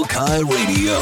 Sakai Radio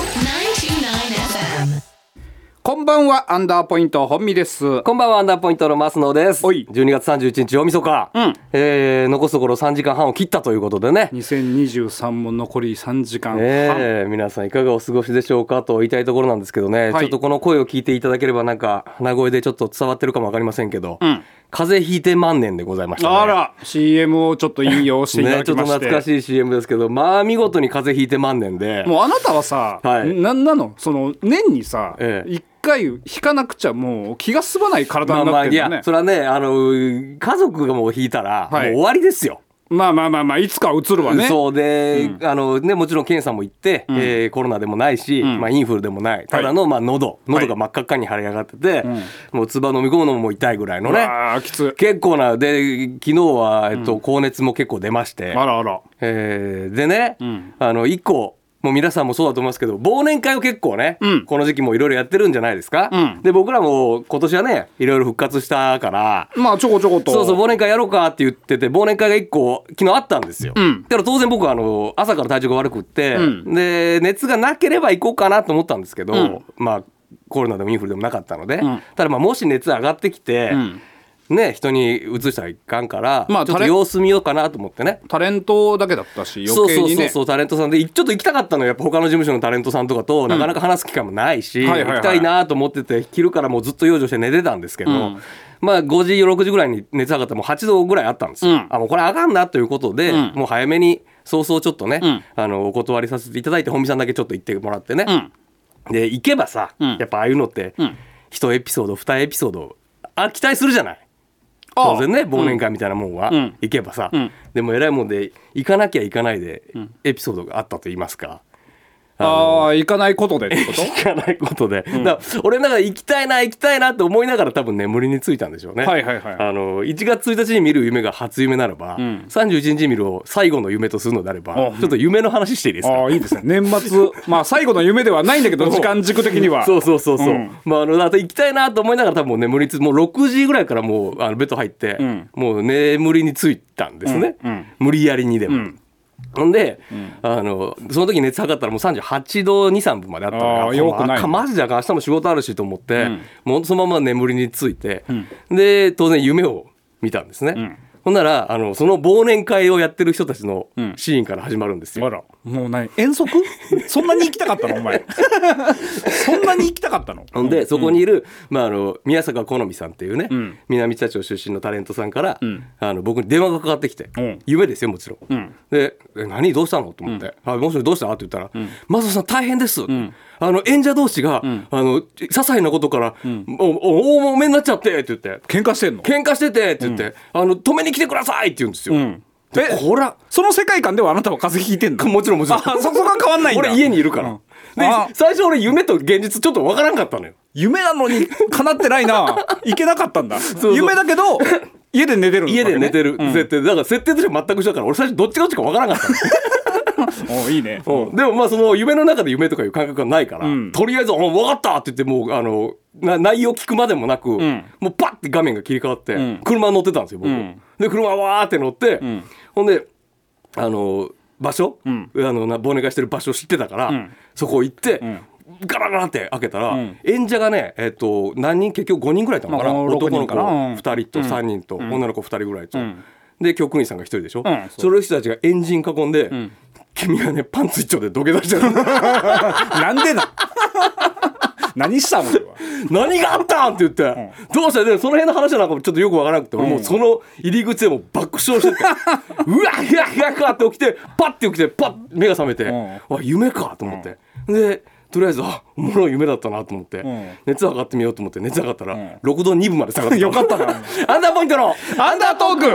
929FM。 こんばんは、アンダーポイント本美です。 こんばんは、アンダーポイントの増野です。 おい 12月31日大晦日、残すところ3時間半を切ったということでね、 2023も残り3時間半、 皆さんいかがお過ごしでしょうかと言いたいところなんですけどね、 はいちょっとこの声を聞いていただければなんか鼻声でちょっと伝わってるかもわかりませんけど、風邪ひいて万年でございましたね。 あら CM をちょっと引用していただちょっときまして、 懐かしい CM ですけど、まあ見事に風邪ひいて万年で、 もうあなたはさ、 はいなんなのその年にさ、1回引かなくちゃもう気が済まない体になってるよね。 いやそれはね、家族がもう引いたらもうはい終わりですよ。 まあいつかは移るわね。 そうで、もちろん検査も行って、コロナでもないし、インフルでもない、ただの、喉が真っ赤っかに腫れ上がってて、もう唾飲み込むのも痛いぐらいのね、 きつい。 結構なで、昨日は、高熱も結構出まして、 あら、 でね、1個もう皆さんもそうだと思いますけど、忘年会を結構ね、この時期もいろいろやってるんじゃないですか、で僕らも今年はねいろいろ復活したから、 まあちょこちょことそう忘年会やろうかって言ってて、忘年会が1個昨日あったんですよ、だから当然僕は朝から体調が悪くって、で熱がなければ行こうかなと思ったんですけど、コロナでもインフルでもなかったので、ただもし熱上がってきて、ね、人に移したらいかんから、ちょっと様子見ようかなと思ってね。 タレントだけだったし余計にね。 そうタレントさんでちょっと行きたかったのよ。やっぱ他の事務所のタレントさんとかとなかなか話す機会もないし、行きたいなと思ってて、昼からもうずっと養生して寝てたんですけど、5時6時ぐらいに熱上がってもう8度ぐらいあったんですよ、もうこれあかんなということで、もう早めに早々ちょっとね、お断りさせていただいて、本見さんだけちょっと行ってもらってね、で行けばさ、やっぱああいうのって、1エピソード2エピソード期待するじゃない。当然ね、忘年会みたいなもんは、行けばさ、でも偉いもんで行かなきゃ行かないで、エピソードがあったと言いますか、 行かないことでってこと行かないことで、だから俺なんか行きたいなって思いながら多分眠りについたんでしょうね。1月1日に見る夢が初夢ならば、31日に見るを最後の夢とするのであれば、ちょっと夢の話していいですか。 いいですね。年末最後の夢ではないんだけど時間軸的にはそう、あと行きたいなと思いながら多分眠りについて、もう6時ぐらいからもうベッド入って、もう眠りについたんですね、無理やりにでも、ほんで、その時熱測ったらもう38度2、3分まであったから、 よくないマジで明日も仕事あるしと思って、もうそのまま眠りについて、で当然夢を見たんですね、ほんならその忘年会をやってる人たちのシーンから始まるんですよ、 もう何遠足そんなに行きたかったのお前そんなに行きたかったの。 ほんでそこにいる、宮坂好美さんっていうね、南知多町出身のタレントさんから、僕に電話がかかってきて、夢ですよもちろん、で何どうしたのと思って、もしもしどうしたって言ったら、増田さん大変です、演者同士が、些細なことから、大揉めになっちゃってって言って、 喧嘩してんの。 喧嘩しててって言って、止めに来てくださいって言うんですよ、ほらその世界観ではあなたは風邪ひいてんの。 もちろんそこが変わんないんだ。 俺家にいるから、で最初俺夢と現実ちょっと分からんかったのよ。 夢なのに叶ってないな行けなかったんだ夢だけど家で寝てる家で寝てる、設定だから設定としては全く一緒だから、俺最初どっちがどっちか分からんかったのいいね、 でもその夢の中で夢とかいう感覚がないから、とりあえず分かったって言って、もう内容聞くまでもなく、もうパッて画面が切り替わって、車乗ってたんですよ僕、で車わーって乗って、ほんで場所、忘年会してる場所知ってたから、そこ行って、ガラガラって開けたら、演者がね、何人、結局5人ぐらいいたのかな、男の子2人と3人と、女の子2人ぐらいと、で局員さんが1人でしょ、それ人たちがエンジン囲んで、君はねパンツ一丁で土下座してるなんでな何したの何があったんって言って、どうしたら、その辺の話なんかもちょっとよくわからなくて、俺もうその入り口でもう爆笑しててうわいやって起きて、パッて起きて、パッ目が覚めて、夢かと思って、でとりあえずおもろい夢だったなと思って、熱測ってみようと思って熱測ったら、6度2分まで下がってたよかったなアンダーポイントのアンダートーク。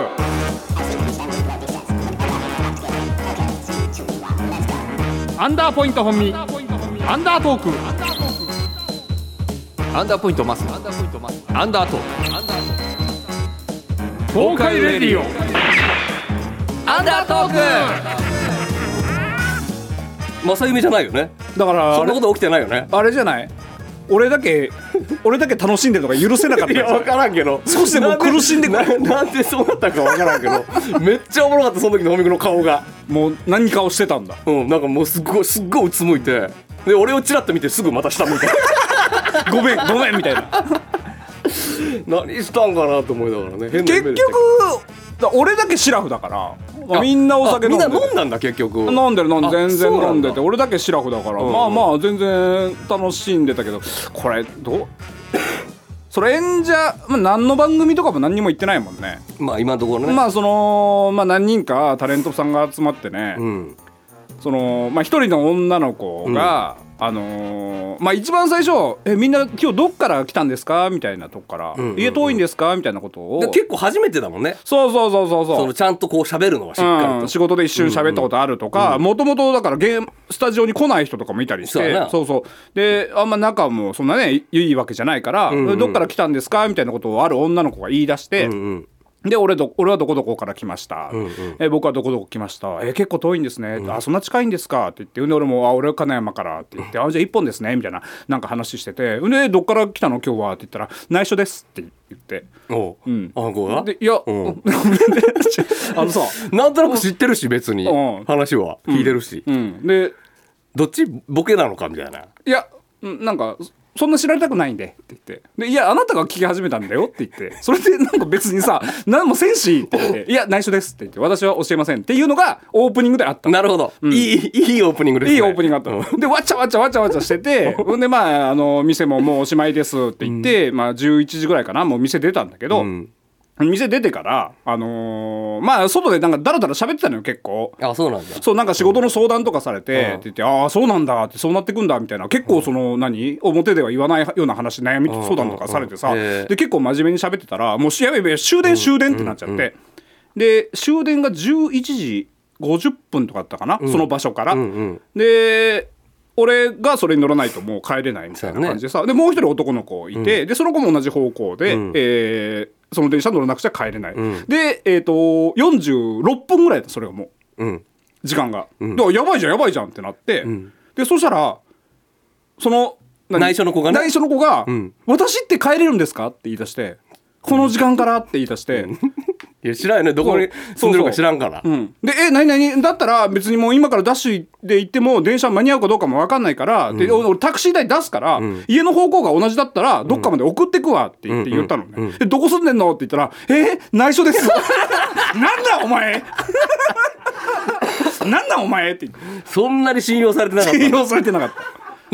アンダーポイント本身アンダートーク。 アンダーポイントマスアンダートーク東海レディオアンダートーク。正夢じゃないよね。 だからそんなこと起きてないよね。 あれじゃない、俺だけ俺だけ楽しんでるのが許せなかったいや分からんけど少しでも苦しんでくるなんでそうなったか分からんけどめっちゃおもろかったその時のホミ君の顔がもう何かをしてたんだなんかもうすっごいうつむいてで俺をチラッと見てすぐまた下向いてごめんみたいな何したんかなと思いながらね変なイメージ結局俺だけシラフだから、みんなお酒飲んでみんな飲んだんだ結局飲んでる全然飲んでて俺だけシラフだから、まあ全然楽しんでたけどこれそれ演者、何の番組とかも何にも言ってないもんね。 まあ今のところね何人かタレントさんが集まってね、一人の女の子が、一番最初みんな今日どっから来たんですかみたいなとこから、家遠いんですかみたいなことを結構初めてだもんね。 そうそのちゃんとこう喋るのはしっかりと、 仕事で一瞬喋ったことあるとか、もともとだからスタジオに来ない人とかもいたりして、であんま仲もそんなねいいわけじゃないから、どっから来たんですかみたいなことをある女の子が言い出して、で俺はどこどこから来ました、僕はどこどこ来ました、結構遠いんですね、そんな近いんですかって言って、俺も俺は金山からって言って、じゃあ一本ですねみたいななんか話してて、でどっから来たの今日はって言ったら内緒ですって言って、でいや、さなんとなく知ってるし別に、話は聞いてるし、 でどっちボケなのかみたいな、 いやなんかそんな知られたくないんでって言って、でいやあなたが聞き始めたんだよって言って、それでなんか別にさ何もせんしって言って、いや内緒ですって言って、私は教えませんっていうのがオープニングであった。 なるほど、いいオープニングですね。 いいオープニングがあったでわちゃわちゃしててで店ももうおしまいですって言って、11時ぐらいかな、もう店出たんだけど、店出てから外でなんかダラダラ喋ってたのよ結構。 そうなんだ。 そうなんか仕事の相談とかされて、って言って、そうなんだってそうなってくんだみたいな、結構表では言わないような話、悩み相談とかされてさ、で結構真面目に喋ってたらもうやべえ終電ってなっちゃって、で終電が11時50分とかだったかな、その場所から、で俺がそれに乗らないともう帰れないみたいな感じでさ、でもう一人男の子いて、でその子も同じ方向で、その電車乗らなくちゃ帰れない、で46分ぐらいだったそれがもう、時間が、だからやばいじゃんってなって、でそしたらその内緒の子が私って帰れるんですかって言い出して、この時間からって言い出して、 いや知らんよね、どこに住んでるか知らんから。 で何だったら別にもう今からダッシュで行っても電車間に合うかどうかも分かんないから、で俺タクシー代出すから、家の方向が同じだったらどっかまで送ってくわって言ったのね、でどこ住んでんのって言ったら内緒ですなんだお前なんだお前ってそんなに信用されてなかった。 信用されてなかった。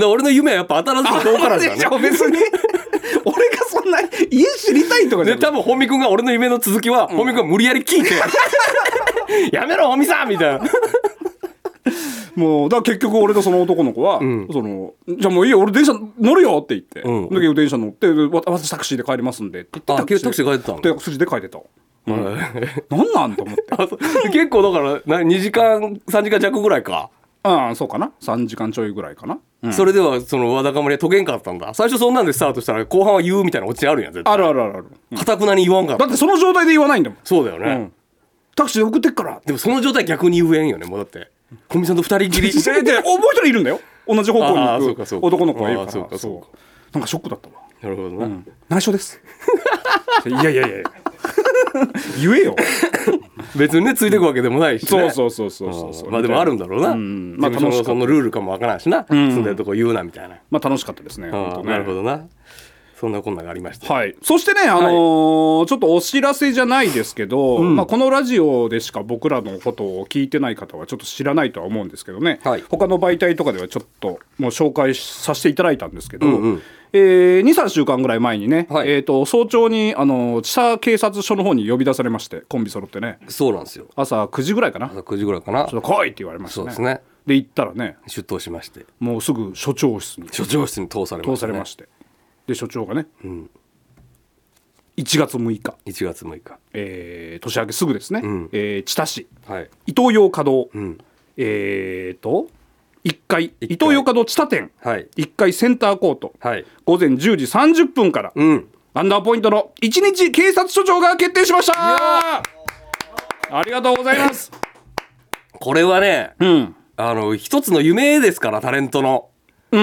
俺の夢はやっぱ当たらずと遠からずだね。 別に俺がそんな家知りたいとかじゃで多分本見君が俺の夢の続きは、本見君が無理やり聞いてやめろ本見さんみたいなもうだから結局俺とその男の子は、じゃあもういいよ俺電車乗るよって言って、で電車乗って私タクシーで帰りますんでって言って、 タクシーで帰ってたの。 タクシーで帰ってた。なんなんと思って結構だから2時間3時間弱ぐらいか。 そうかな、3時間ちょいぐらいかな、 それではそのわだかまりは解けんかったんだ。最初そんなんでスタートしたら後半は言うみたいなオチあるやん絶対。 あるかたくなに言わんかった。 だってその状態で言わないんだもん。 そうだよね、 タクシーで送ってっから。 でもその状態逆に言えんよね。もうだって小見さんと2人きりでもう一人いるんだよ、同じ方向に行く男の子がいるから。 そうかなんかショックだったわ。 なるほどな、 内緒ですいや言えよ別にねついてくわけでもないしね。 そうまあでもあるんだろうな、事務所のそのルールかもわからんしな、住んでるとこ言うなみたいな。 楽しかったですね。 なるほどな。そんなこんながありました。 そしてね、ちょっとお知らせじゃないですけど、このラジオでしか僕らのことを聞いてない方はちょっと知らないとは思うんですけどね、他の媒体とかではちょっともう紹介させていただいたんですけど、2,3 週間ぐらい前にね、早朝に知多警察署の方に呼び出されまして、コンビ揃ってね。 そうなんですよ。 朝9時ぐらいかな。 朝9時ぐらいかな。 ちょっと来いって言われましたね。 そうですね。 で行ったらね、 出頭しまして、 もうすぐ署長室に通されまして、 で署長がね、1月6日年明けすぐですね、知多市、イトーヨーカドー、1階イトーヨーカドー知多店、1階センターコート、午前10時30分から、アンダーポイントの1日警察署長が決定しました。ありがとうございます。 これはね、一つの夢ですから、タレントの。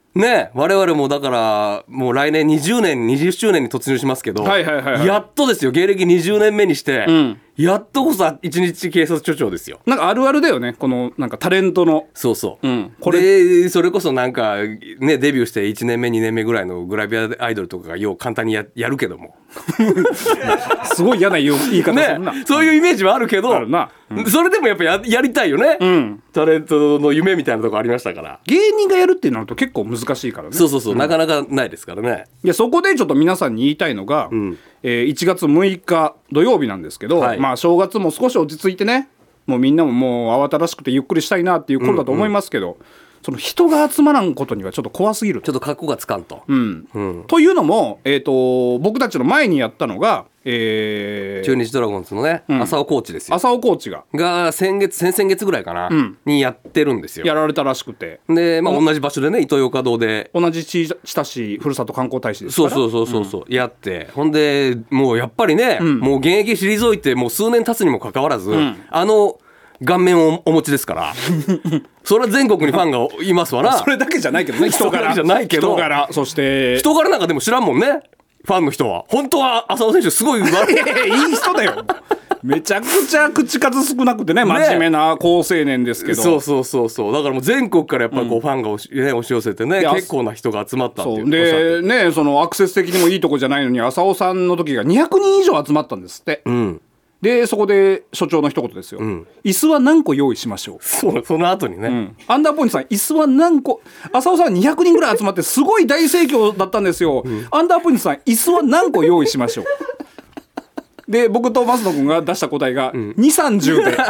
ね、我々もだからもう来年20周年に突入しますけど、やっとですよ、芸歴20年目にして、やっとこそ一日警察署長ですよ。 なんかあるあるだよね、このなんかタレントの。 そうそう、これそれこそなんかね、デビューして1年目2年目ぐらいのグラビアアイドルとかがよう簡単に やるけどもすごい嫌な言い方するな、 そういうイメージはあるけど、 あるな、 それでもやっぱ やりたいよね、タレントの夢みたいなとこありましたから。 芸人がやるってなると結構難しいからね。 そう、なかなかないですからね。 いや、そこでちょっと皆さんに言いたいのが、1月6日土曜日なんですけど、まあ正月も少し落ち着いてね、もうみんなももう慌ただしくてゆっくりしたいなっていう頃だと思いますけど、その人が集まらんことにはちょっと怖すぎる。 ちょっと格好がつかんと。 というのも、僕たちの前にやったのが、 中日ドラゴンズのね、浅尾コーチですよ。 浅尾コーチが先々月ぐらいかな、にやってるんですよ。 やられたらしくて、 で、まあ、同じ場所でね、イトーヨーカドーで同じ親しいふるさと観光大使ですから。 そう、やって、ほんでもうやっぱりね、もう現役退いてもう数年経つにもかかわらず、顔面をお持ちですからそれは全国にファンがいますわな。 それだけじゃないけどね、人柄じゃないけど、 人柄、そして人柄なんかでも知らんもんね、ファンの人は。本当は浅尾選手すごい悪いいい人だよめちゃくちゃ口数少なくてね、真面目な好青年ですけど、 そうだからもう全国からやっぱりこうファンが押し寄せてね、結構な人が集まったっていう。 でね、そのアクセス的にもいいとこじゃないのに、浅尾さんの時が200人以上集まったんですって、でそこで所長の一言ですよ、椅子は何個用意しましょう。 その後にね、 アンダーポイントさん、椅子は何個、浅尾さん200人ぐらい集まってすごい大盛況だったんですよ、アンダーポイントさん、椅子は何個用意しましょうで、僕と増野君が出した答えが、2、30で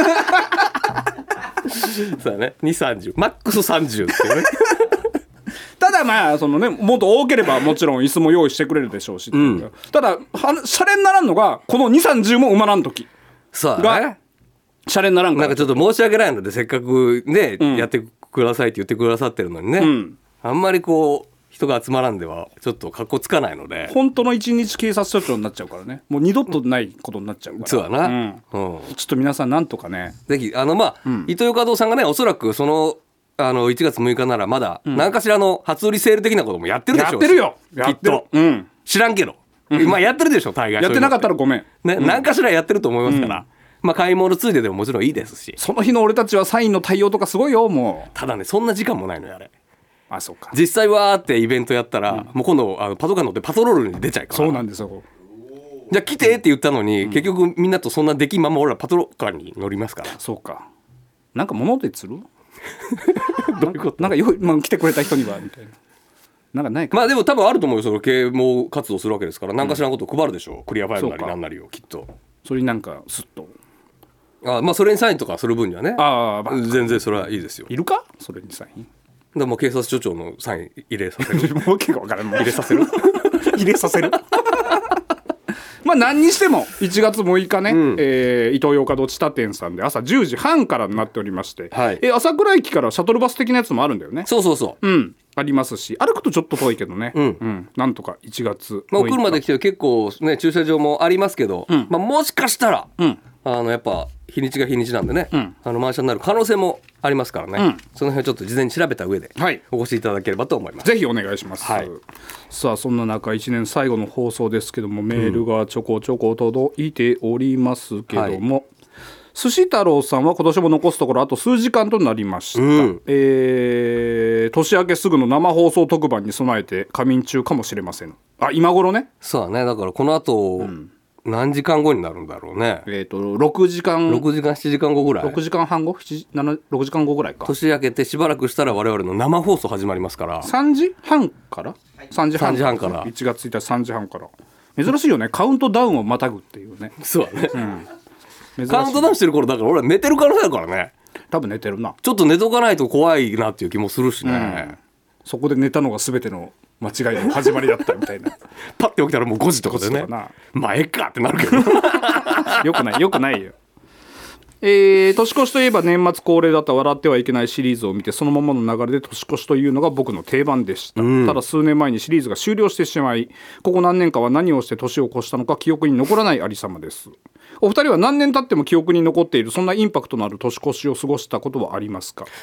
そうだね、2、30、マックス30っていうねただまあそのね、もっと多ければもちろん椅子も用意してくれるでしょうし、ただシャレにならんのがこの2、30も埋まらん時がシャレにならんから、 なんかちょっと申し訳ないので、せっかくね、やってくださいって言ってくださってるのにね、あんまりこう人が集まらんではちょっと格好つかないので、 本当の一日警察署長になっちゃうからね、もう二度とないことになっちゃうから、 そうだな、 ちょっと皆さんなんとかね、 ぜひイトーヨーカドーさんがね、おそらくその1月6日ならまだ何かしらの初売りセール的なこともやってるでしょうし、 やってるよ、 きっと、知らんけど、まあやってるでしょ、大概。 やってなかったらごめんね、何かしらやってると思いますから、まあ買い物ついででももちろんいいですし、 その日の俺たちはサインの対応とかすごいよ、もう。 ただね、そんな時間もないのよ、あれ。 あ、そうか。 実際わーってイベントやったら、もう今度パトカー乗ってパトロールに出ちゃうから。 そうなんですよ。 じゃあ来てって言ったのに、結局みんなとそんなできんまま俺らパトローカーに乗りますから。 そうか。なんか物で釣るどういうこと？ なんかまあ、来てくれた人にはみたいな。なんかないか。 まあでも多分あると思うよ、その啓蒙活動するわけですから、何かしらのことを配るでしょう、クリアファイルなりなんなりをきっと。 それになんかスッと。 まあそれにサインとかする分にはね、 まあ、 全然それはいいですよ。 いるか？それにサイン。 でも警察署長のサイン入れさせる。 もう結構分からん。入れさせる。入れさせる。まあ何にしても1月6日ね、イトーヨーカドー知多店さんで朝10時半からになっておりまして、朝倉駅からシャトルバス的なやつもあるんだよね。 そう、 ありますし、歩くとちょっと遠いけどね、なんとか1月 6日、車で来て結構ね駐車場もありますけど、まあ、もしかしたら、やっぱ日にちが日にちなんでね、満車になる可能性もありますからね、その辺ちょっと事前に調べた上でお越しいただければと思います。 ぜひお願いします。さあそんな中1年最後の放送ですけども、メールがちょこちょこ届いておりますけども、寿司太郎さんは今年も残すところあと数時間となりました、年明けすぐの生放送特番に備えて仮眠中かもしれません。今頃ね。 そうだね、だからこの後、何時間後になるんだろうね。 6時間 7時間後ぐらい、 6時間半後6時間後ぐらいか。 年明けてしばらくしたら我々の生放送始まりますから、 3時半から3時半から1月1日3時半から珍しいよね、カウントダウンをまたぐっていうね。 そうだね、カウントダウンしてる頃だから俺は寝てる可能性あるからね。 多分寝てるな。 ちょっと寝とかないと怖いなっていう気もするしね、 そこで寝たのが全ての間違いの始まりだったみたいなパッて起きたらもう5時とかでね、まあええかってなるけどよくないよ。年越しといえば年末恒例だった笑ってはいけないシリーズを見て、そのままの流れで年越しというのが僕の定番でした、ただ数年前にシリーズが終了してしまい、ここ何年かは何をして年を越したのか記憶に残らないありさまです。お二人は何年経っても記憶に残っているそんなインパクトのある年越しを過ごしたことはありますか？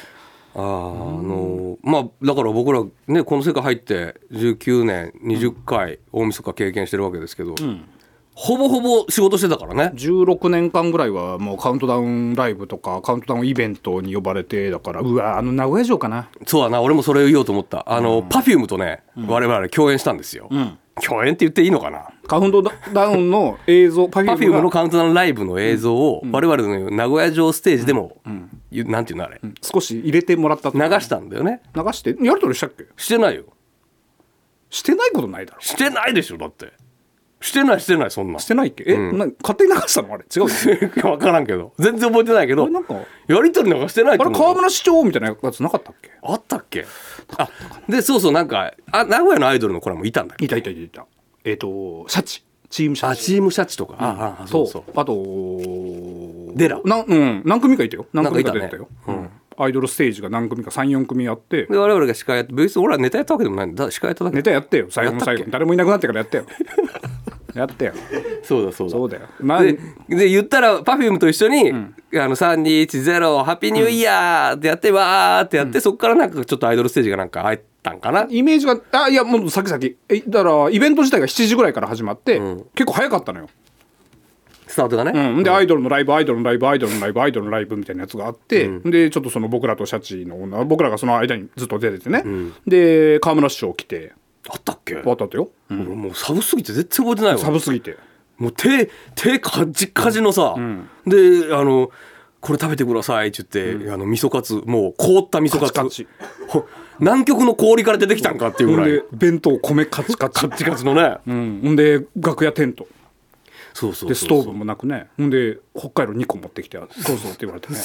まあだから僕らねこの世界入って19年20回大晦日経験してるわけですけど、ほぼほぼ仕事してたからね。 16年間ぐらいはもうカウントダウンライブとかカウントダウンイベントに呼ばれて、だからうわ名古屋城かな。 そうだな、俺もそれを言おうと思った。Perfume とね、我々共演したんですよ、共演って言っていいのかな。 カウントダウンの映像 Perfume のカウントダウンライブの映像を我々の名古屋城ステージでも、なんていうのあれ、 少し入れてもらった流したんだよね。 流してやり取りしたっけ。 してないよ。 してないことないだろ。 してないでしょ。だってしてないそんなしてないっけ。勝手に流したのあれ違う分からんけど全然覚えてないけど、 なんかやり取りなんかしてないと思う。 河村市長みたいなやつなかったっけ。 あったっけ。でそうなんか名古屋のアイドルの子らもいたんだっけ。 いたシャチチームシャチ。 チームシャチとか、 そうあとデラ何組かいたよ。何組か出てたよ。アイドルステージが何組か 3,4 組あって、 で我々が司会やって、別に俺はネタやったわけでもないんだ。司会やっただけ。 ネタやってよ。最後の最後誰もいなくなってからやったよやったよ。そうだよ。 で言ったら Perfume と一緒に、3,2,1,0 ハッピーニューイヤーってやってわーってやって、そこからなんかちょっとアイドルステージがなんか入ったんかな、 イメージが。いやもう先だからイベント自体が7時ぐらいから始まって、結構早かったのよスタートがね。 でアイドルのライブみたいなやつがあって、でちょっとその僕らとシャチの僕らがその間にずっと出ててね、で河村市長来て。 あったっけ。 あったよ。 もうサブすぎて絶対覚えてないわ。 サブすぎてもう手カジカジのさ、でこれ食べてくださいって言って、味噌カツ、もう凍った味噌カツ南極の氷から出てきたんかっていうぐらい。 で弁当米カチカチのね、 んで楽屋テントそうでストーブもなくね、ほんで北海道2個持ってきてどうぞって言われてね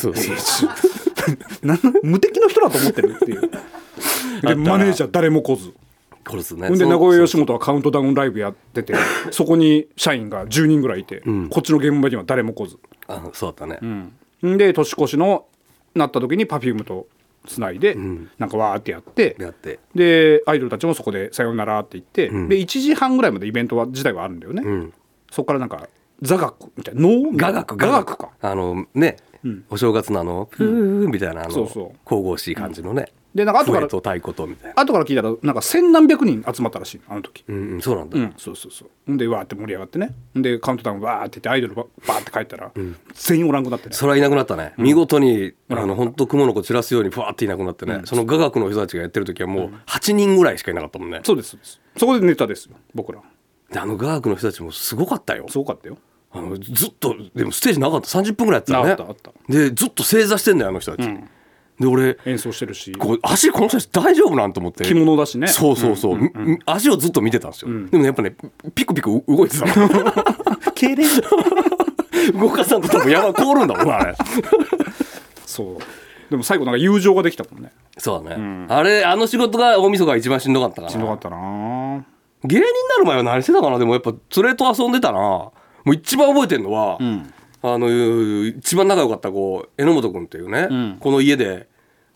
無敵の人だと思ってるっていうでマネージャー誰も来ず、 ほんで名古屋吉本はカウントダウンライブやっててそこに社員が10人ぐらいいて、こっちの現場には誰も来ず。 そうだったね、 で年越しのなった時に Perfume とつないで、なんかわーってやってでアイドルたちもそこでさよならって言って、で1時半ぐらいまでイベント自体はあるんだよね、そこからなんか座学みたいな雅楽かね、お正月のプーみたいな神々しい感じのね、 でなんか後から太鼓とみたいな。 後から聞いたらなんか千何百人集まったらしいあの時。 そうなんだ。 そうでわーって盛り上がってね、でカウントダウンわーって言ってアイドルバーって帰ったら、全員おらんくなってね。 それはいなくなったね、見事に本当雲の子散らすようにふわーっていなくなってね、その雅楽の人たちがやってる時はもう8人ぐらいしかいなかったもんね。 そうですそこでネタですよ僕ら。 で雅楽の人たちもすごかったよ。 すごかったよ。 ずっとでもステージなかった。30分ぐらいやってたね。 あった。 でずっと正座してんだよあの人たち、で俺演奏してるし、 足この人たち大丈夫なんと思って。 着物だしね。 そう、足をずっと見てたんですよ、でもねやっぱねピクピク動いてたの痙攣動かさんと多分やばい凍るんだもんなあれそうでも最後なんか友情ができたもんね。 そうだね、あの仕事が大晦日が一番しんどかったから。 しんどかったな。 芸人になる前は何してたかな。でもやっぱ連れと遊んでたな。もう一番覚えてるのは、一番仲良かった子榎本君っていうね、この家で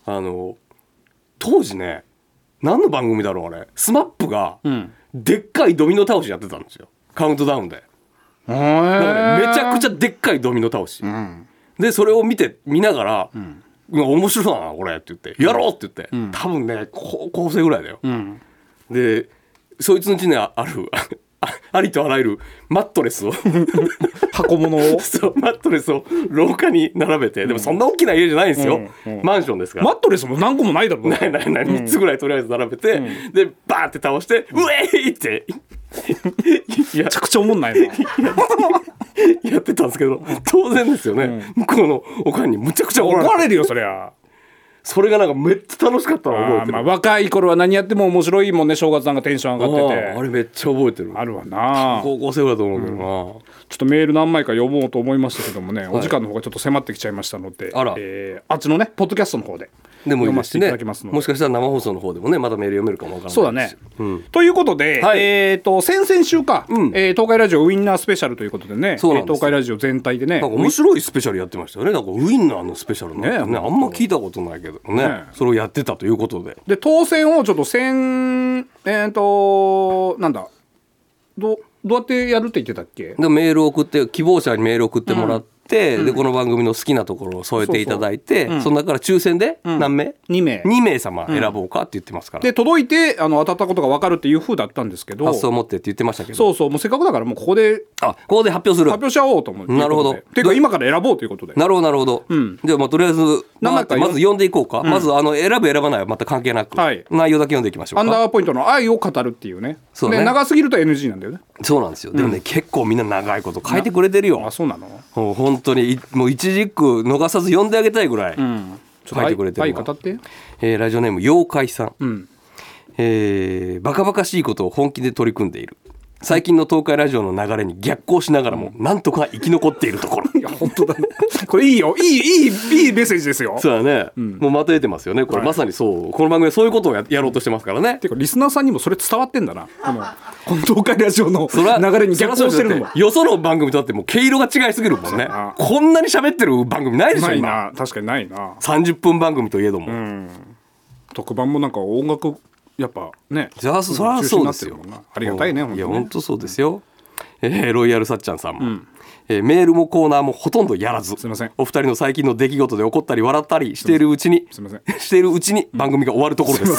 当時ね何の番組だろうあれ、スマップがでっかいドミノ倒しやってたんですよカウントダウンで。だからねめちゃくちゃでっかいドミノ倒し、でそれを見ながら、面白そうだなこれって言ってやろうって言って、多分ね高校生ぐらいだよ、でそいつの家にあるありとあらゆるマットレスを箱物をそうマットレスを廊下に並べて、でもそんな大きな家じゃないんですよ、マンションですから。 マットレスも何個もないだろう。 ない3つぐらいとりあえず並べて、でバーって倒して、ウェイってめちゃくちゃおもんないなやってたんですけど、当然ですよね、向こうのおかんにむちゃくちゃ怒られるよそりゃ。 それがなんかめっちゃ楽しかったの覚えてる。 若い頃は何やっても面白いもんね。正月なんかテンション上がってて、 あれめっちゃ覚えてる。 あるわな。 高校生だと思うけどな、ちょっとメール何枚か読もうと思いましたけどもね、お時間の方がちょっと迫ってきちゃいましたので、あっちのねポッドキャストの方で読ませていただきますので、 もしかしたら生放送の方でもねまたメール読めるかもわからない。 そうだね、ということで、先々週か、東海ラジオウィンナースペシャルということでね、東海ラジオ全体でねなんか面白いスペシャルやってましたよね。なんかウィンナーのスペシャルね、あんま聞いたことないけどね、それをやってたということで、 当選をちょっとなんだどうやってやるって言ってたっけ。 でメール送って、希望者にメール送ってもらって、 て、でこの番組の好きなところを添えていただいて、その中から抽選で何名、2名様選ぼうかって言ってますから、 で届いて当たったことが分かるっていう風だったんですけど、 発送を持ってって言ってましたけど、 そうそう、もうせっかくだからもうここで発表する、 発表しちゃおうと思って。 なるほど。 ていうか今から選ぼうということで。 なるほどなるほど、じゃあとりあえずまず読んでいこうか、まず選ぶ選ばないはまた関係なく、内容だけ読んでいきましょうか。 アンダーポイントの愛を語るっていうね。 そうね。 で長すぎると NG なんだよね。 そうなんですよ。でもね、結構みんな長いこと書いてくれてるよ。 あ、そうなの。 本当にもう一字句逃さず読んであげたいぐらい書いてくれてる。 愛語って。 ラジオネーム妖怪さん。バカバカしいことを本気で取り組んでいる。最近の東海ラジオの流れに逆行しながらもなんとか生き残っているところ。 いや本当だね。これいいよ、いいメッセージですよ。 そうだね、もうまとえてますよねこれ、まさにそう。この番組はそういうことを やろうとしてますからね。 てかリスナーさんにもそれ伝わってんだな、この東海ラジオの流れに逆行してるのも。 よその番組とだってもう毛色が違いすぎるもんね。こんなに喋ってる番組ないでしょ。 ないな、確かにないな。 30分番組といえども、 特番もなんか音楽やっぱね、 じゃあそりゃそうですよ。 ありがたいね。 いや本当そうですよ。ロイヤルさっちゃんさんも、メールもコーナーもほとんどやらず、 すいません、 お二人の最近の出来事で怒ったり笑ったりしているうちに番組が終わるところです。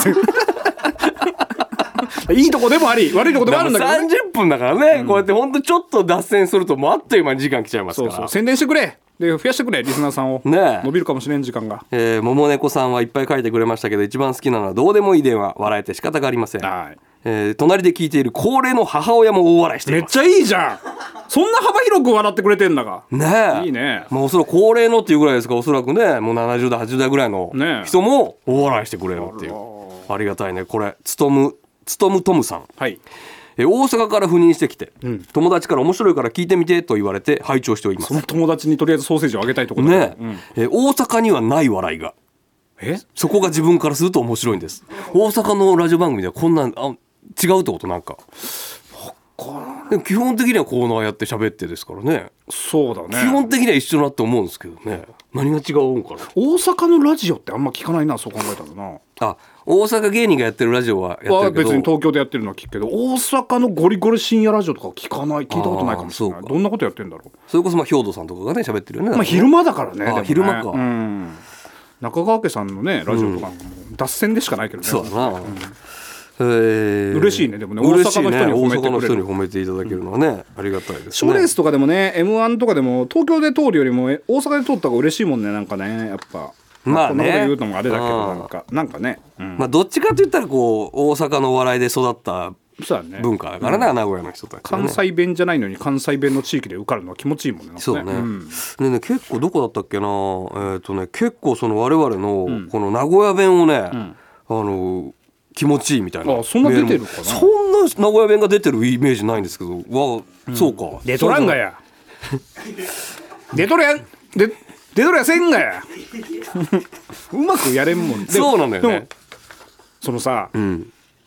いいとこでもあり悪いとこでもあるんだけど、ね、 30分だからね、こうやって本当ちょっと脱線するともうあっという間に時間来ちゃいますから。 そう宣伝してくれ、で増やしてくれリスナーさんを、 ね、 伸びるかもしれん時間が。 桃猫さんはいっぱい書いてくれましたけど、一番好きなのはどうでもいい電話、笑えて仕方がありません。隣で聞いている高齢の母親も大笑いしています。 めっちゃいいじゃん。そんな幅広く笑ってくれてんだがね。 いいね。 もうおそらく高齢のっていうぐらいですから、おそらくねもう70代80代ぐらいの人も大笑いしてくれるっていう、ありがたいね。これつとむトムさん、大阪から赴任してきて、友達から面白いから聞いてみてと言われて拝聴しております。 その友達にとりあえずソーセージをあげたいところだね。 大阪にはない笑いが、そこが自分からすると面白いんです。大阪のラジオ番組ではこんな違うってこと。なんかでも基本的にはコーナーやって喋ってですからね。 そうだね、 基本的には一緒だと思うんですけどね。何が違うんかな。 大阪のラジオってあんま聞かないな、そう考えたらな。 大阪芸人がやってるラジオはやってるけど、 別に東京でやってるのは聞くけど、大阪のゴリゴリ深夜ラジオとか聞いたことないかもしれない。どんなことやってんだろう。 それこそ兵頭さんとかがね喋ってるよね。 昼間だからね。 昼間か。 中川家さんのねラジオとかも脱線でしかないけどね。 そうだな。 嬉しいね。でもね、 大阪の人に褒めていただけるのはね、ありがたいですね。 賞レースとかでもね、 M1 とかでも東京で通るよりも大阪で通った方が嬉しいもんね。なんかね、やっぱまあね、 こんなこと言うのもあれだけど、なんかね、 どっちかといったらこう大阪のお笑いで育った文化だからね、名古屋の人たち、 関西弁じゃないのに関西弁の地域で受かるのは気持ちいいもんね。 そうね。で結構どこだったっけな、結構その我々のこの名古屋弁をね、気持ちいいみたいな。 そんな出てるかな。 そんな名古屋弁が出てるイメージないんですけど、そうか。 出とらんがや。出とらせんがや。うまくやれんもん。 そうなんだよね。 そのさ、明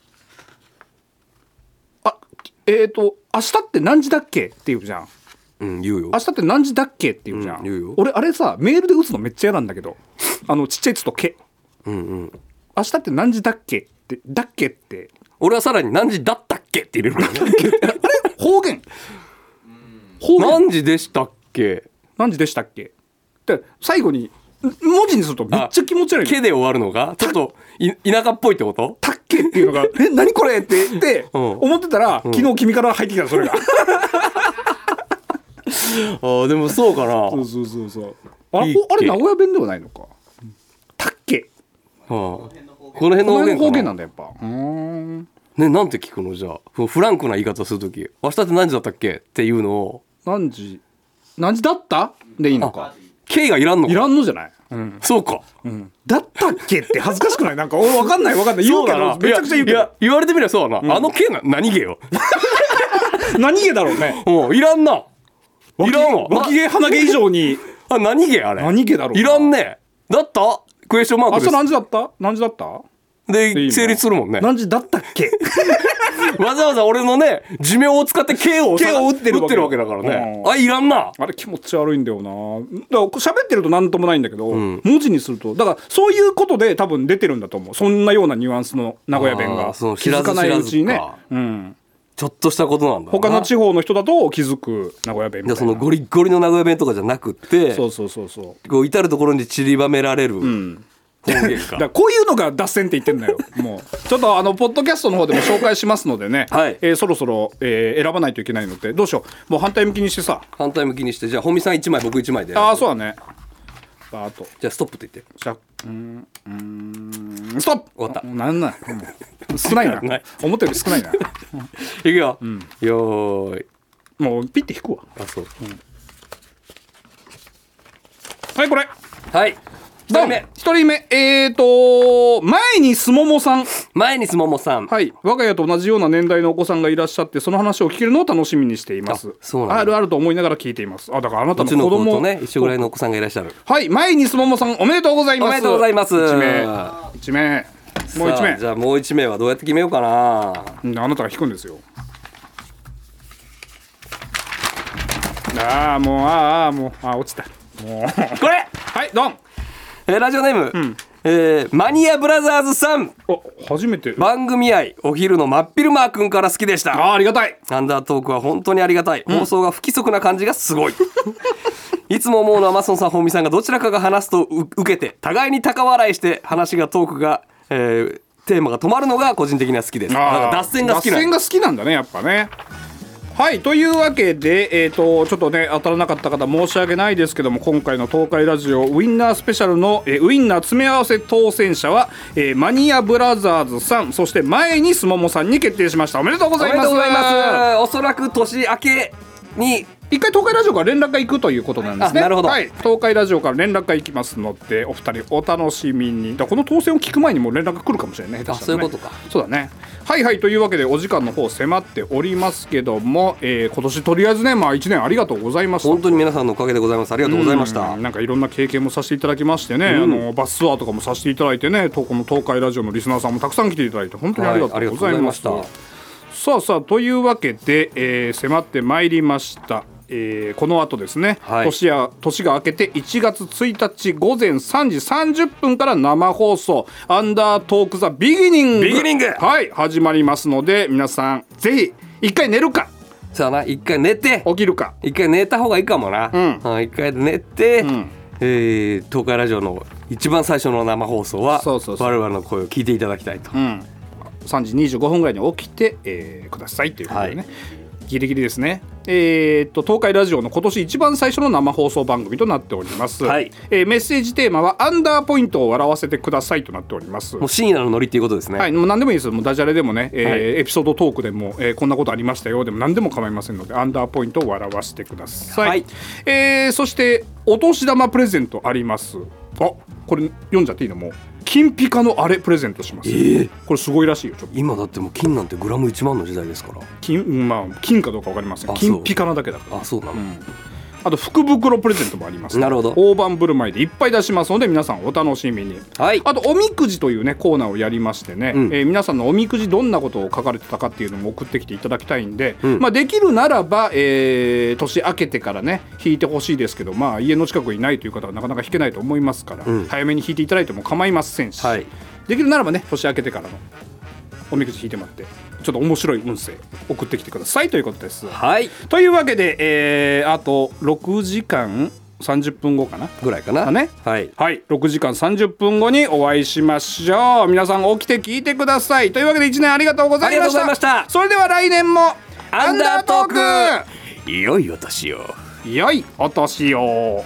日って何時だっけって言うじゃん。 言うよ。 明日って何時だっけって言うじゃん。言うよ。俺あれさ、メールで打つのめっちゃ嫌なんだけど、ちっちゃい「つ」と「け」。明日って何時だっけってだっけって。俺はさらに何時だったっけって入れるの。 あれ方言。 何時でしたっけ。 何時でしたっけで最後に文字にするとめっちゃ気持ち悪い。 けで終わるのがちょっと田舎っぽいってこと。 たっけっていうのが何これって言って思ってたら、昨日君から入ってきたそれが。 でもそうかな。 そうあれ名古屋弁ではないのか。たっけ。 この辺の方言なんだやっぱ。 ね、なんて聞くのじゃあ。フランクな言い方するとき、明日って何時だったっけっていうのを、 何時だったでいいのか。 K がいらんのか。 いらんのじゃない。 そうか。 だったっけって恥ずかしくない。なんか分かんない言うけどめちゃくちゃ言うけど。 言われてみればそうだな。K 何毛よ。 何毛だろうね。 いらんな。いらんわ。 脇毛鼻毛以上に。 何毛あれ。 何毛だろう。 いらんね。だったクエスチョンマークです。 明日何時だったで成立するもんね。 何時だったっけ。 わざわざ俺のね寿命を使って K を打ってるわけだからね。いらんな。 あれ気持ち悪いんだよな。だから喋ってると何ともないんだけど、文字にするとだからそういうことで多分出てるんだと思う。そんなようなニュアンスの名古屋弁が気づかないうちにね。 ちょっとしたことなんだ。 他の地方の人だと気づく名古屋弁みたいな。 そのゴリッゴリの名古屋弁とかじゃなくて、 そうそうそうそう、 こう至る所に散りばめられる、方言か。 だからこういうのが脱線って言ってんだよ。もうちょっとポッドキャストの方でも紹介しますのでね、 はい、 そろそろ、選ばないといけないので、どうしよう、もう反対向きにしてさ。 反対向きにして、じゃあ本見さん1枚僕1枚で。 ああそうだね。あとじゃあストップって言って。 じゃあストップ。 終わった。 なんなん少ないな思ったより少ないな。 いくよ、よーい。 もうピッて引くわ。 あ、そう、 はいこれ。 はい 1人目前にすももさん。 前にすももさん。 はい、我が家と同じような年代のお子さんがいらっしゃって、その話を聞けるのを楽しみにしています。 そうなんだ。 あるあると思いながら聞いています。だからあなたの子うちの供子とね一緒ぐらいのお子さんがいらっしゃる。 はい、前にすももさんおめでとうございます。 おめでとうございます。 1名もう1名。 じゃあもう1名はどうやって決めようかな。 あなたが引くんですよ。もう落ちた。もうこれはいドン。 ラジオネーム、マニアブラザーズさん。 初めて。 番組愛お昼の真っ昼間くんから好きでした。 ありがたい。 アンダートークは本当にありがたい、放送が不規則な感じがすごい。いつも思うのはマソンさん本見さんがどちらかが話すと受けて互いに高笑いして話がトークが、テーマが止まるのが個人的には好きです。脱線が好きなんだねやっぱね。はい、というわけで、ちょっとね当たらなかった方申し訳ないですけども、今回の東海ラジオウインナースペシャルの、ウインナー詰め合わせ当選者は、マニアブラザーズさん、そして前にすももさんに決定しました。おめでとうございます。 おそらく年明けに一回東海ラジオから連絡が行くということなんですね。 なるほど、 はい、東海ラジオから連絡が行きますので、お二人お楽しみに。この当選を聞く前にも連絡が来るかもしれないね。 そういうことか。 そうだね。はいはい、というわけでお時間の方迫っておりますけども、今年とりあえずね、1年ありがとうございました。 本当に皆さんのおかげでございます。ありがとうございました。 なんかいろんな経験もさせていただきましてね、バスツアーとかもさせていただいてね、この東海ラジオのリスナーさんもたくさん来ていただいて本当にありがとうございました。さあというわけで、迫ってまいりました。この後ですね、年が明けて1月1日午前3時30分から生放送アンダートークザビギニング、はい、始まりますので、皆さんぜひ一回寝るか、 そうだな、一回寝て起きるか、 一回寝た方がいいかもな。一回寝て、東海ラジオの一番最初の生放送は我々の声を聞いていただきたいと。3 時25分ぐらいに起きて、くださいということでね、ギリギリですね。東海ラジオの今年一番最初の生放送番組となっております。メッセージテーマはアンダーポイントを笑わせてくださいとなっております。 もう深夜のノリっていうことですね。 はい、もう何でもいいです。もうダジャレでもね、エピソードトークでも、こんなことありましたよでも何でも構いませんので、アンダーポイントを笑わせてください。そしてお年玉プレゼントあります。これ読んじゃっていいの？もう金ピカのあれプレゼントします。これすごいらしいよ。ちょっと今だってもう金なんてグラム1万の時代ですから。 金かどうか分かりません。金ピカなだけだから。 そうなの。 あと福袋プレゼントもあります。 なるほど。 大盤振る舞いでいっぱい出しますので、皆さんお楽しみに。あとおみくじというねコーナーをやりましてね、皆さんのおみくじどんなことを書かれてたかっていうのも送ってきていただきたいんで、できるならば、年明けてからね引いてほしいですけど、家の近くにないという方はなかなか引けないと思いますから、早めに引いていただいても構いませんし、できるならばね年明けてからのおみくじ引いてもらってちょっと面白い運勢送ってきてくださいということです。というわけで、あと6時間30分後かなぐらいかなね。6時間30分後にお会いしましょう。皆さん起きて聞いてください。というわけで1年ありがとうございました。それでは来年もアンダートーク、 良いお年を。 良いお年を。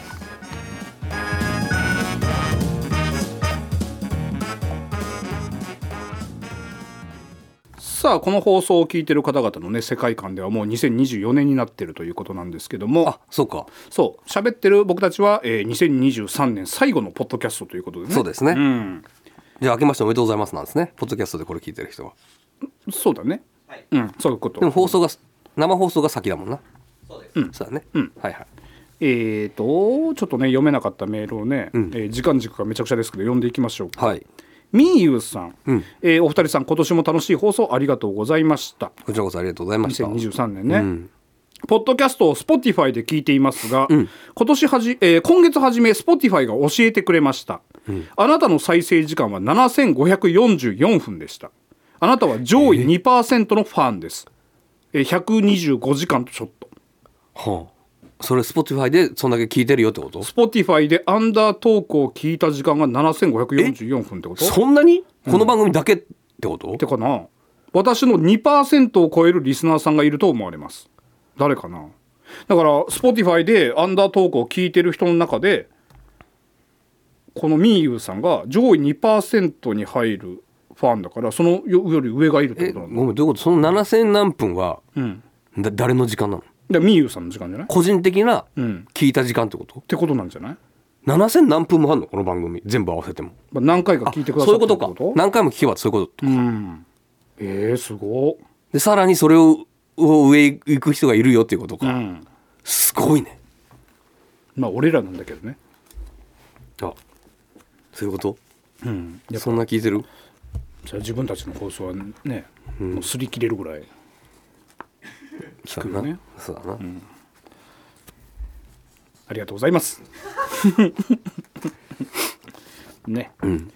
さあこの放送を聞いている方々のね世界観ではもう2024年になっているということなんですけども、 そうか。 そう喋ってる僕たちは、2023年最後のポッドキャストということでね。 そうですね。じゃあ明けましておめでとうございますなんですね。ポッドキャストでこれ聞いてる人は。 そうだね。そういうこと。 でも生放送が先だもんな。そうです。そうだね。 ちょっとね読めなかったメールをね、時間軸がめちゃくちゃですけど読んでいきましょうか。みーゆうさん、お二人さん今年も楽しい放送ありがとうございました。 こちらこそありがとうございました。 2023年ね、ポッドキャストを Spotify で聞いていますが、今月初め Spotify が教えてくれました、あなたの再生時間は7544分でした。あなたは上位 2% のファンです。 125時間とちょっと。 はあ、それ Spotify でそんだけ聞いてるよってこと？ Spotify でアンダートークを聞いた時間が7544分ってこと？ そんなに、この番組だけってこと？ ってかな、私の 2% を超えるリスナーさんがいると思われます。誰かな。だから Spotify でアンダートークを聞いてる人の中でこのみーゆうさんが上位 2% に入るファンだから、そのより上がいるってことなんだ。 ごめん、どういうこと？その7000何分は、誰の時間なの？ でみーゆうさんの時間じゃない？ 個人的な聞いた時間ってこと？ ってことなんじゃない？ 7000何分もあんのこの番組全部合わせても。 何回か聞いてくださったってこと？ そういうことか。何回も聞けばそういうことか。 すごい。 でさらにそれを上行く人がいるよっていうことか、すごいね。 まあ俺らなんだけどね。 あ、そういうこと。そんな聞いてる？ じゃあ自分たちの放送はね、もう擦り切れるぐらい聞くよね。 そうだな、 ありがとうございますね、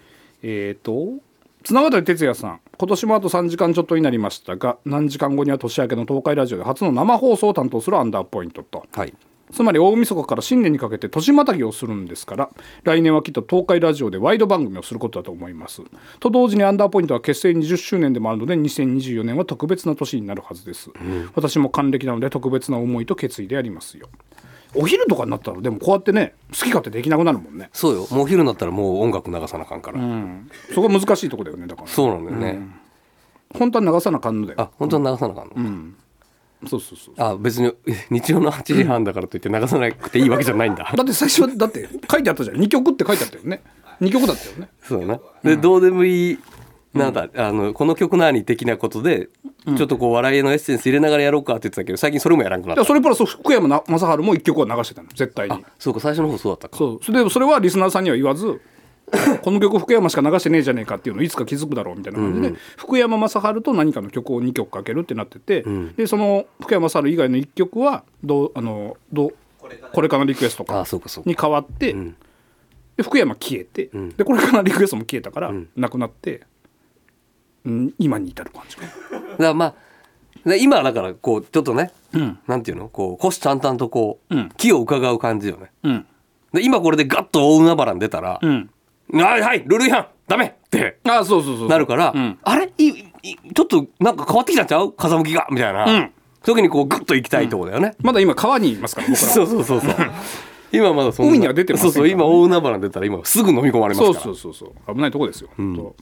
綱渡哲也さん、今年もあと3時間ちょっとになりましたが、何時間後には年明けの東海ラジオで初の生放送を担当するアンダーポイントと、はい、つまり大晦日から新年にかけて年またぎをするんですから、来年はきっと東海ラジオでワイド番組をすることだと思います。と同時にアンダーポイントは結成20周年でもあるので、2024年は特別な年になるはずです、私も還暦なので特別な思いと決意でありますよ。お昼とかになったらでもこうやってね、好き勝手できなくなるもんね。 そうよ、もうお昼になったらもう音楽流さなあかんから、 そこは難しいとこだよね。だからそうなんだよね、 本当は流さなあかんのだよ。 あ、本当は流さなあかんの、 そうそうそう。 あ、別に日曜の8時半だからといって流さなくていいわけじゃないんだ。 だって最初はだって書いてあったじゃん、2曲って書いてあったよね。2曲だったよね。 そうだな。で、どうでもいいなんだ、この曲何的なことで、ちょっとこう笑いのエッセンス入れながらやろうかって言ってたけど、最近それもやらんくなった。 それプラス福山雅治も1曲は流してたの絶対に。 あ、そうか、最初の方そうだったか。 そう、それはリスナーさんには言わずこの曲福山しか流してねえじゃねえかっていうのをいつか気づくだろうみたいな感じで、福山雅治と何かの曲を2曲かけるってなってて、でその福山雅治以外の1曲はこれからのリクエストかに変わって、で福山消えて、でこれからのリクエストも消えたからなくなって、今に至る感じ。だからまあ今だからこうちょっとね、なんていうの、こう虎視眈々とこう、気を伺う感じよね、で今これでガッと大海原に出たら、はいはいルール違反ダメってなるから、あれちょっとなんか変わってきたんちゃう風向きがみたいな、時にこうグッと行きたいとこだよね、 まだ今川にいますから僕らは。 そう今まだそんな海には出てませんから。 そう今大海原に出たら今すぐ飲み込まれますから。 そう危ないとこですよ、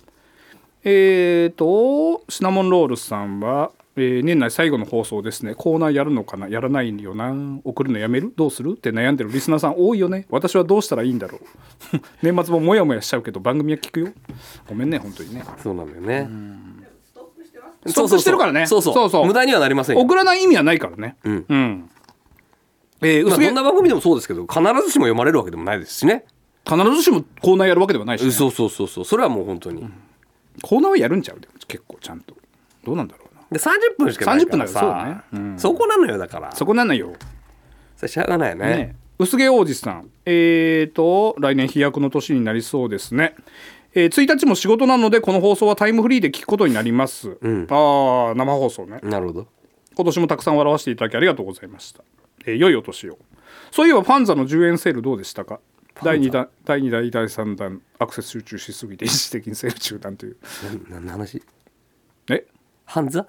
シナモンロールさんは、年内最後の放送ですね。コーナーやるのかな、やらないよな、送るのやめる、どうするって悩んでるリスナーさん多いよね。私はどうしたらいいんだろう年末もモヤモヤしちゃうけど番組は聞くよ。ごめんね本当にね。 そうなんだよね、 ストップしてるからね。 そう無駄にはなりませんよ。 送らない意味はないからね。 どんな番組でもそうですけど、必ずしも読まれるわけでもないですしね。 必ずしもコーナーやるわけではないし、ね、 そうそれはもう本当に、 コーナーはやるんちゃうでも結構ちゃんと。どうなんだろうな。 で30分しかないからさ、そこなのよ。だからそこなのよ。 それしゃがないよね。 薄毛王子さん、来年飛躍の年になりそうですね。1日も仕事なのでこの放送はタイムフリーで聞くことになります、生放送ね。なるほど。今年もたくさん笑わせていただきありがとうございました。良いお年を。そういえばファンザの10円セールどうでしたか。第2弾第3弾アクセス集中しすぎて一時的にセール中断という。 何の話？ ファンザ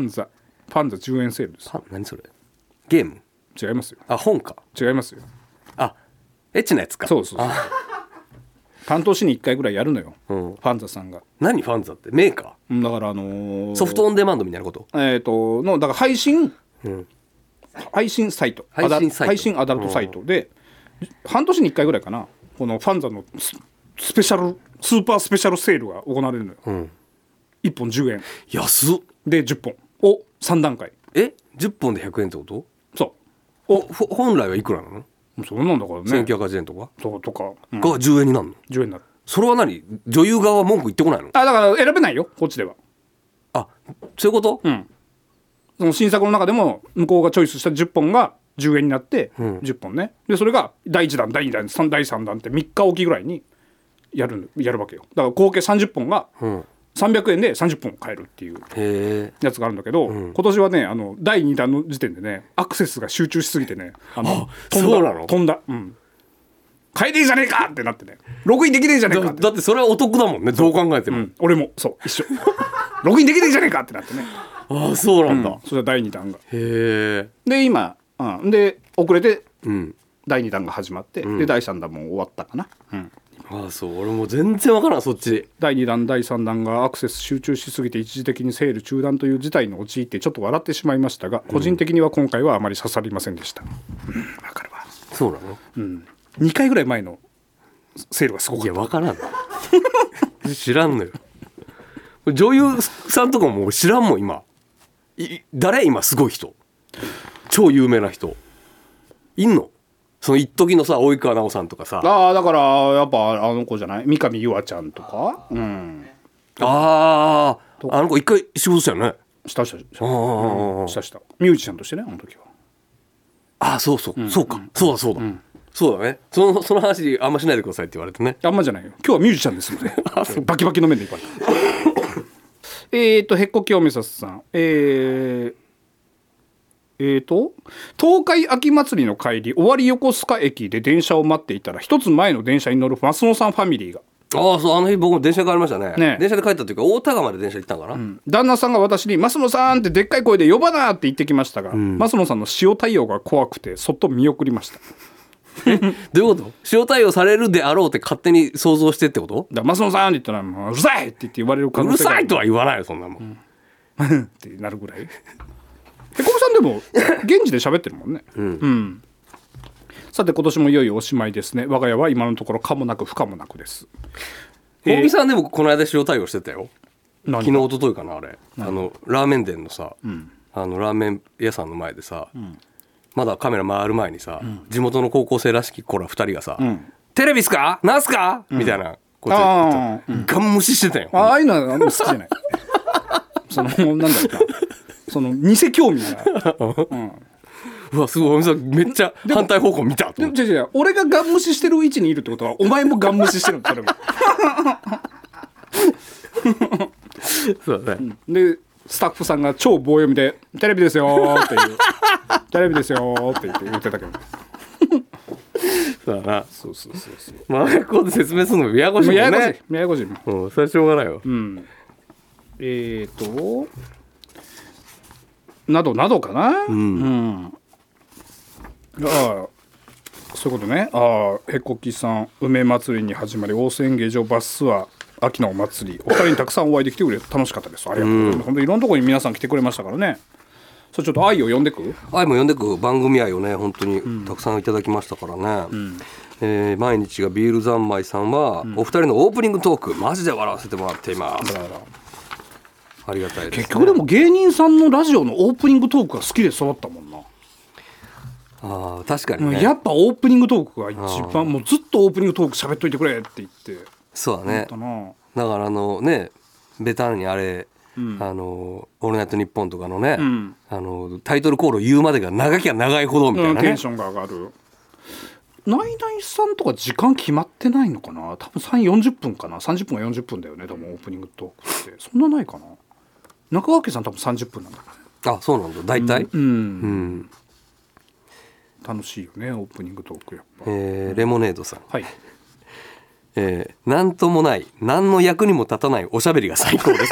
10円セールです。 何それ？ゲーム？ 違いますよ。 あ、本か。 違いますよ。 あ、エッチなやつか。そう半年に1回ぐらいやるのよ、ファンザさんが。 何ファンザってメーカー？だからソフトオンデマンドみたいなこと？ だから配信サイト、配信アダルトサイトで、半年に1回ぐらいかな、このファンザのスーパースペシャルセールが行われるのよ、1本10円安っで10本を3段階。 10本で100円ってこと？ そう本来はいくらなの？ そうなんだからね、 1980円とかそうとか、 が10円になるの？10円になる。それは何？女優側は文句言ってこないの？ だから選べないよこっちでは。 あ、そういうこと？ その新作の中でも向こうがチョイスした10本が10円になって、10本ね。でそれが第1弾第2弾第3弾って3日おきぐらいにやるわけよ。だから合計30本が 300円で30分買えるっていうやつがあるんだけど、今年はね第2弾の時点でねアクセスが集中しすぎてね飛んだ、買えねえじゃねえかってなってねログインできねえじゃねえかってだってそれはお得だもんねどう考えても、 俺もそう一緒ログインできねえじゃねえかってなってねああそうなんだ、 それは第2弾がへえで今、で遅れて第2弾が始まって、で第3弾も終わったかな、 ああそう俺もう全然わからんそっち第2弾第3弾がアクセス集中しすぎて一時的にセール中断という事態に陥ってちょっと笑ってしまいましたが、個人的には今回はあまり刺さりませんでした。わかるわ。 そうなの 2回ぐらい前のセールがすごかった。 いやわからん知らんのよ女優さんとかも知らんもん今誰今すごい人超有名な人いんのその一時のさ及川奈緒さんとかさだからやっぱあの子じゃない三上優愛ちゃんとか、 あの子一回仕事したよねしたミュージシャンとしてねあの時はそうか、そうだねその話あんましないでくださいって言われてねあんまじゃないよ今日はミュージシャンですのでバキバキの面でいこうへっこきおめさすさん東海秋祭りの帰り尾張横須賀駅で電車を待っていたら一つ前の電車に乗る増野さんファミリーがそうあの日僕も電車で帰りました ね電車で帰ったというか大田川まで電車行ったんかな、 旦那さんが私に増野さんってでっかい声で呼ばなって言ってきましたが、増野さんの塩対応が怖くてそっと見送りましたどういうこと塩対応されるであろうって勝手に想像してってことだ増野さんって言ったらもううるさいって言って言われる可能性がうるさいとは言わないよそんなもん、 ってなるぐらいへこみさんでも現地で喋ってるもんね、さて今年もいよいよおしまいですね。我が家は今のところ可もなく不可もなくです。 大木さんでもこの間塩対応してたよ。昨日一昨日かなあれラーメン店のさ、ラーメン屋さんの前でさ、まだカメラ回る前にさ、地元の高校生らしき子ら2人がさ、テレビっすかなんすか、みたいなこと言ってガン無視してたよ。 ああいうのはあんま好きじゃないそのなんだろうなその偽興味がうわすごいめっちゃ反対方向見たと思って。 違う俺がガン無視してる位置にいるってことはお前もガン無視してるのそれもそうだね、 でスタッフさんが超棒読みでテレビですよっていうテレビですよって言ってたけどそうだな。 そうまあこうで説明するのもややこしいもんね。 ややこしいもん。それはしょうがないよ。 などなどかな。そういうことね。へこきさん梅祭りに始まり大仙芸場バスツアー秋のお祭りお二人にたくさんお会いできてくれ楽しかったです。ありがとうございます。本当いろんなところに皆さん来てくれましたからね。それちょっと愛を呼んでく愛も呼んでく番組愛をね本当にたくさんいただきましたからね、毎日がビール三昧さんは、お二人のオープニングトークマジで笑わせてもらっています。ありがたいですね。 結局でも芸人さんのラジオのオープニングトークが好きで育ったもんな。 確かにね。 やっぱオープニングトークが一番もうずっとオープニングトーク喋っといてくれって言ってそうだね。だからねベタにあれオールナイトニッポンとかのね、タイトルコールを言うまでが長きゃ長いほどみたいなね、 テンションが上がる。ナイナイさんとか時間決まってないのかな。多分40分かな。30分か40分だよね多分オープニングトークってそんなないかな。中川家さん多分30分なんだからね。 そうなんだ大体。 楽しいよねオープニングトークやっぱ。 レモネードさん、 はい。 なんともない何の役にも立たないおしゃべりが最高です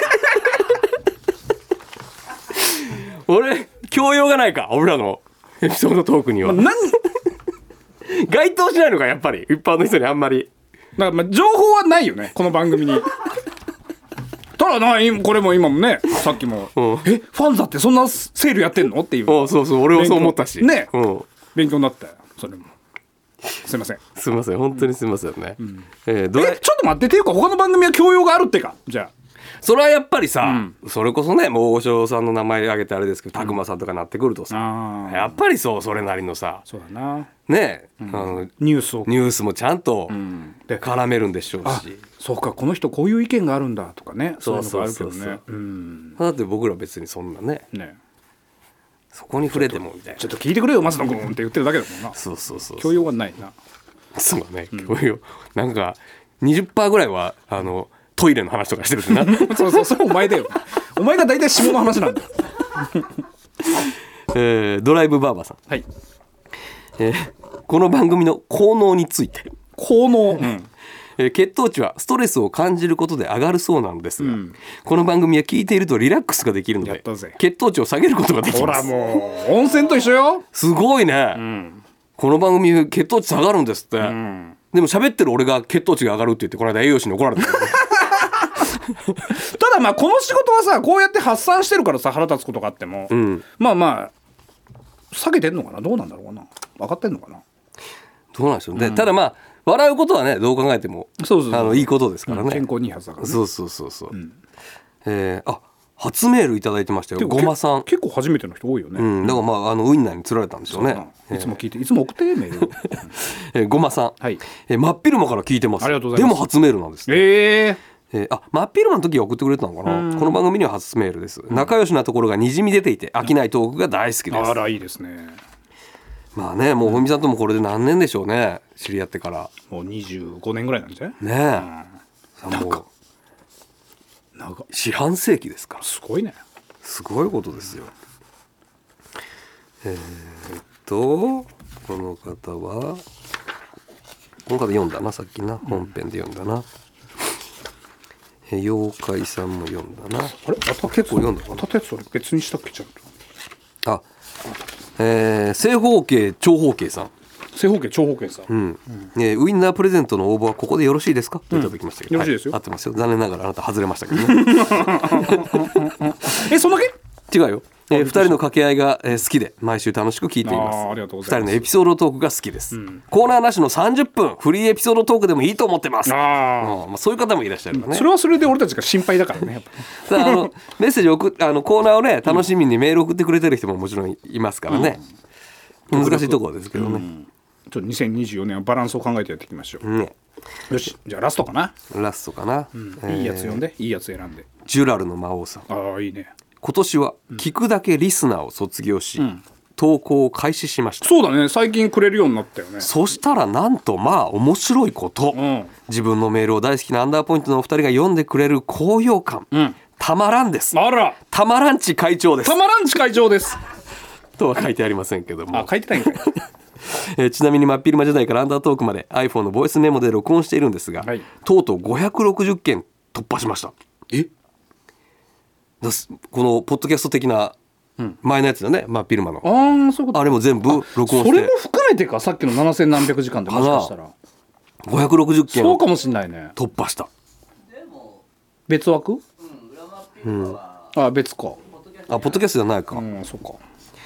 俺教養がないか俺らのエピソードトークには、該当しないのかやっぱり一般の人にあんまりだから情報はないよねこの番組にただこれも今もねさっきも、ファンザってそんなセールやってんのっていう。 そう俺もそう思ったしね、勉強になったよそれも。すいません本当にすいませんね、 ちょっと待ってていうか他の番組は教養があるってか。じゃあそれはやっぱりさ、それこそねもう大御所さんの名前挙げてあれですけど、拓磨さんとかなってくるとさ、やっぱりそれなりのさそうだなね、 ニュースもちゃんと絡めるんでしょうし、 そうかこの人こういう意見があるんだとかね、そういうのがあるけどね。 だって僕ら別にそんなねそこに触れてもみたいな、 ちょっと聞いてくれよ松野君って言ってるだけだもんな。 そう教養がないな。 そうね、教養なんか 20% ぐらいはトイレの話とかしてるしなそうそう、それお前だよ。お前が大体下の話なんだよ。 ドライブバーバーさん、 はい。 この番組の効能について、 効能、 血糖値はストレスを感じることで上がるそうなんですが、この番組は聞いているとリラックスができるのでやったぜ血糖値を下げることができほらます。 もう温泉と一緒よ。 すごいね、この番組血糖値下がるんですって、でも喋ってる俺が血糖値が上がるって言ってこの間栄養士に怒られたただまあこの仕事はさ、こうやって発散してるからさ、腹立つことがあっても、まあまあ下げてんのかな、どうなんだろうな、分かってんのかな、 どうなんでしょうね、ただまあ笑うことはねどう考えてもいいことですからね、 健康にいいはずだからね。 そうそうそうそう、あ、初メールいただいてましたよ、ごまさん。 結構初めての人多いよね。 だからまあウインナーに釣られたんでしょうね。 いつも聞いて、いつも送ってメール。 ごまさん、 はい、 真っ昼間から聞いてます。 ありがとうございます。 でも初メールなんですね。真っ昼間の時は送ってくれたのかな。この番組には初メールです。仲良しなところがにじみ出ていて飽きないトークが大好きです。 あらいいですね。 まあね、もう本見さんともこれで何年でしょうね、知り合ってから。 もう25年ぐらいなんじゃないねえ、もう四半世紀ですから。 すごいね。 すごいことですよ。この方はこの方読んだな、さっきな、本編で読んだな。妖怪さんも読んだな。あれ、結構読んだかな。 当たったやつ俺別にしたっけ、ちゃんと。 あ、正方形長方形さん。 正方形長方形さん、 ウインナープレゼントの応募はここでよろしいですかといただきましたけど、 よろしいですよ、 合ってますよ。残念ながらあなた外れましたけどねそんだけ違うよ。2人の掛け合いが好きで毎週楽しく聞いています。2人のエピソードトークが好きです、コーナーなしの30分フリーエピソードトークでもいいと思ってます。そういう方もいらっしゃるからね。 それはそれで俺たちが心配だからね、やっぱメッセージコーナーをね楽しみにメール送ってくれてる人ももちろんいますからね、難しいところですけどね、 ちょっと2024年はバランスを考えてやっていきましょう、よし、じゃあラストかな。 いいやつ読んで、いいやつ選んで。 ジュラルの魔王さん。 ああいいね。 今年は聞くだけリスナーを卒業し、投稿を開始しました。 そうだね、最近くれるようになったよね。 そしたらなんとまあ面白いこと、自分のメールを大好きなアンダーポイントのお二人が読んでくれる高揚感、たまらんです。 あら、 たまらんち会長です。 たまらんち会長ですとは書いてありませんけども。 あ、書いてないんかいちなみに真っ昼間時代からアンダートークまで iPhone のボイスメモで録音しているんですが、とうとう560件突破しました。このポッドキャスト的な前のやつだね、真っ昼間の。 そういうこと。 あれも全部録音して。 それも含めてか、さっきの7000何百時間でもしかしたら 560件そうかもしんないね。 突破した。 別枠？あ、別か。 あ、ポッドキャストじゃないか。 そうか。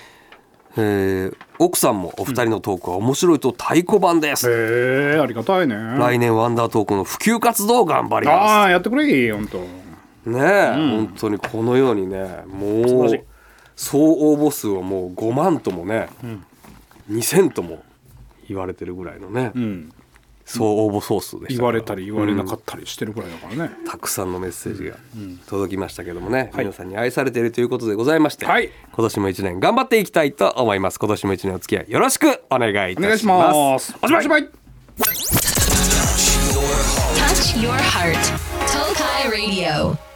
奥さんもお二人のトークは面白いと太鼓判です。 ありがたいね。 来年ワンダートークの普及活動頑張ります。 やってくれ、本当ねえ、本当にこのようにね、もう総応募数はもう5万ともね、2000とも言われてるぐらいのね、総応募総数でした。 言われたり言われなかったりしてるぐらいだからね、 たくさんのメッセージが届きましたけどもね、皆さんに愛されているということでございまして、今年も1年頑張っていきたいと思います。今年も1年お付き合いよろしくお願いいたします。 おしまい。 Touch your heart. Tokai Radio.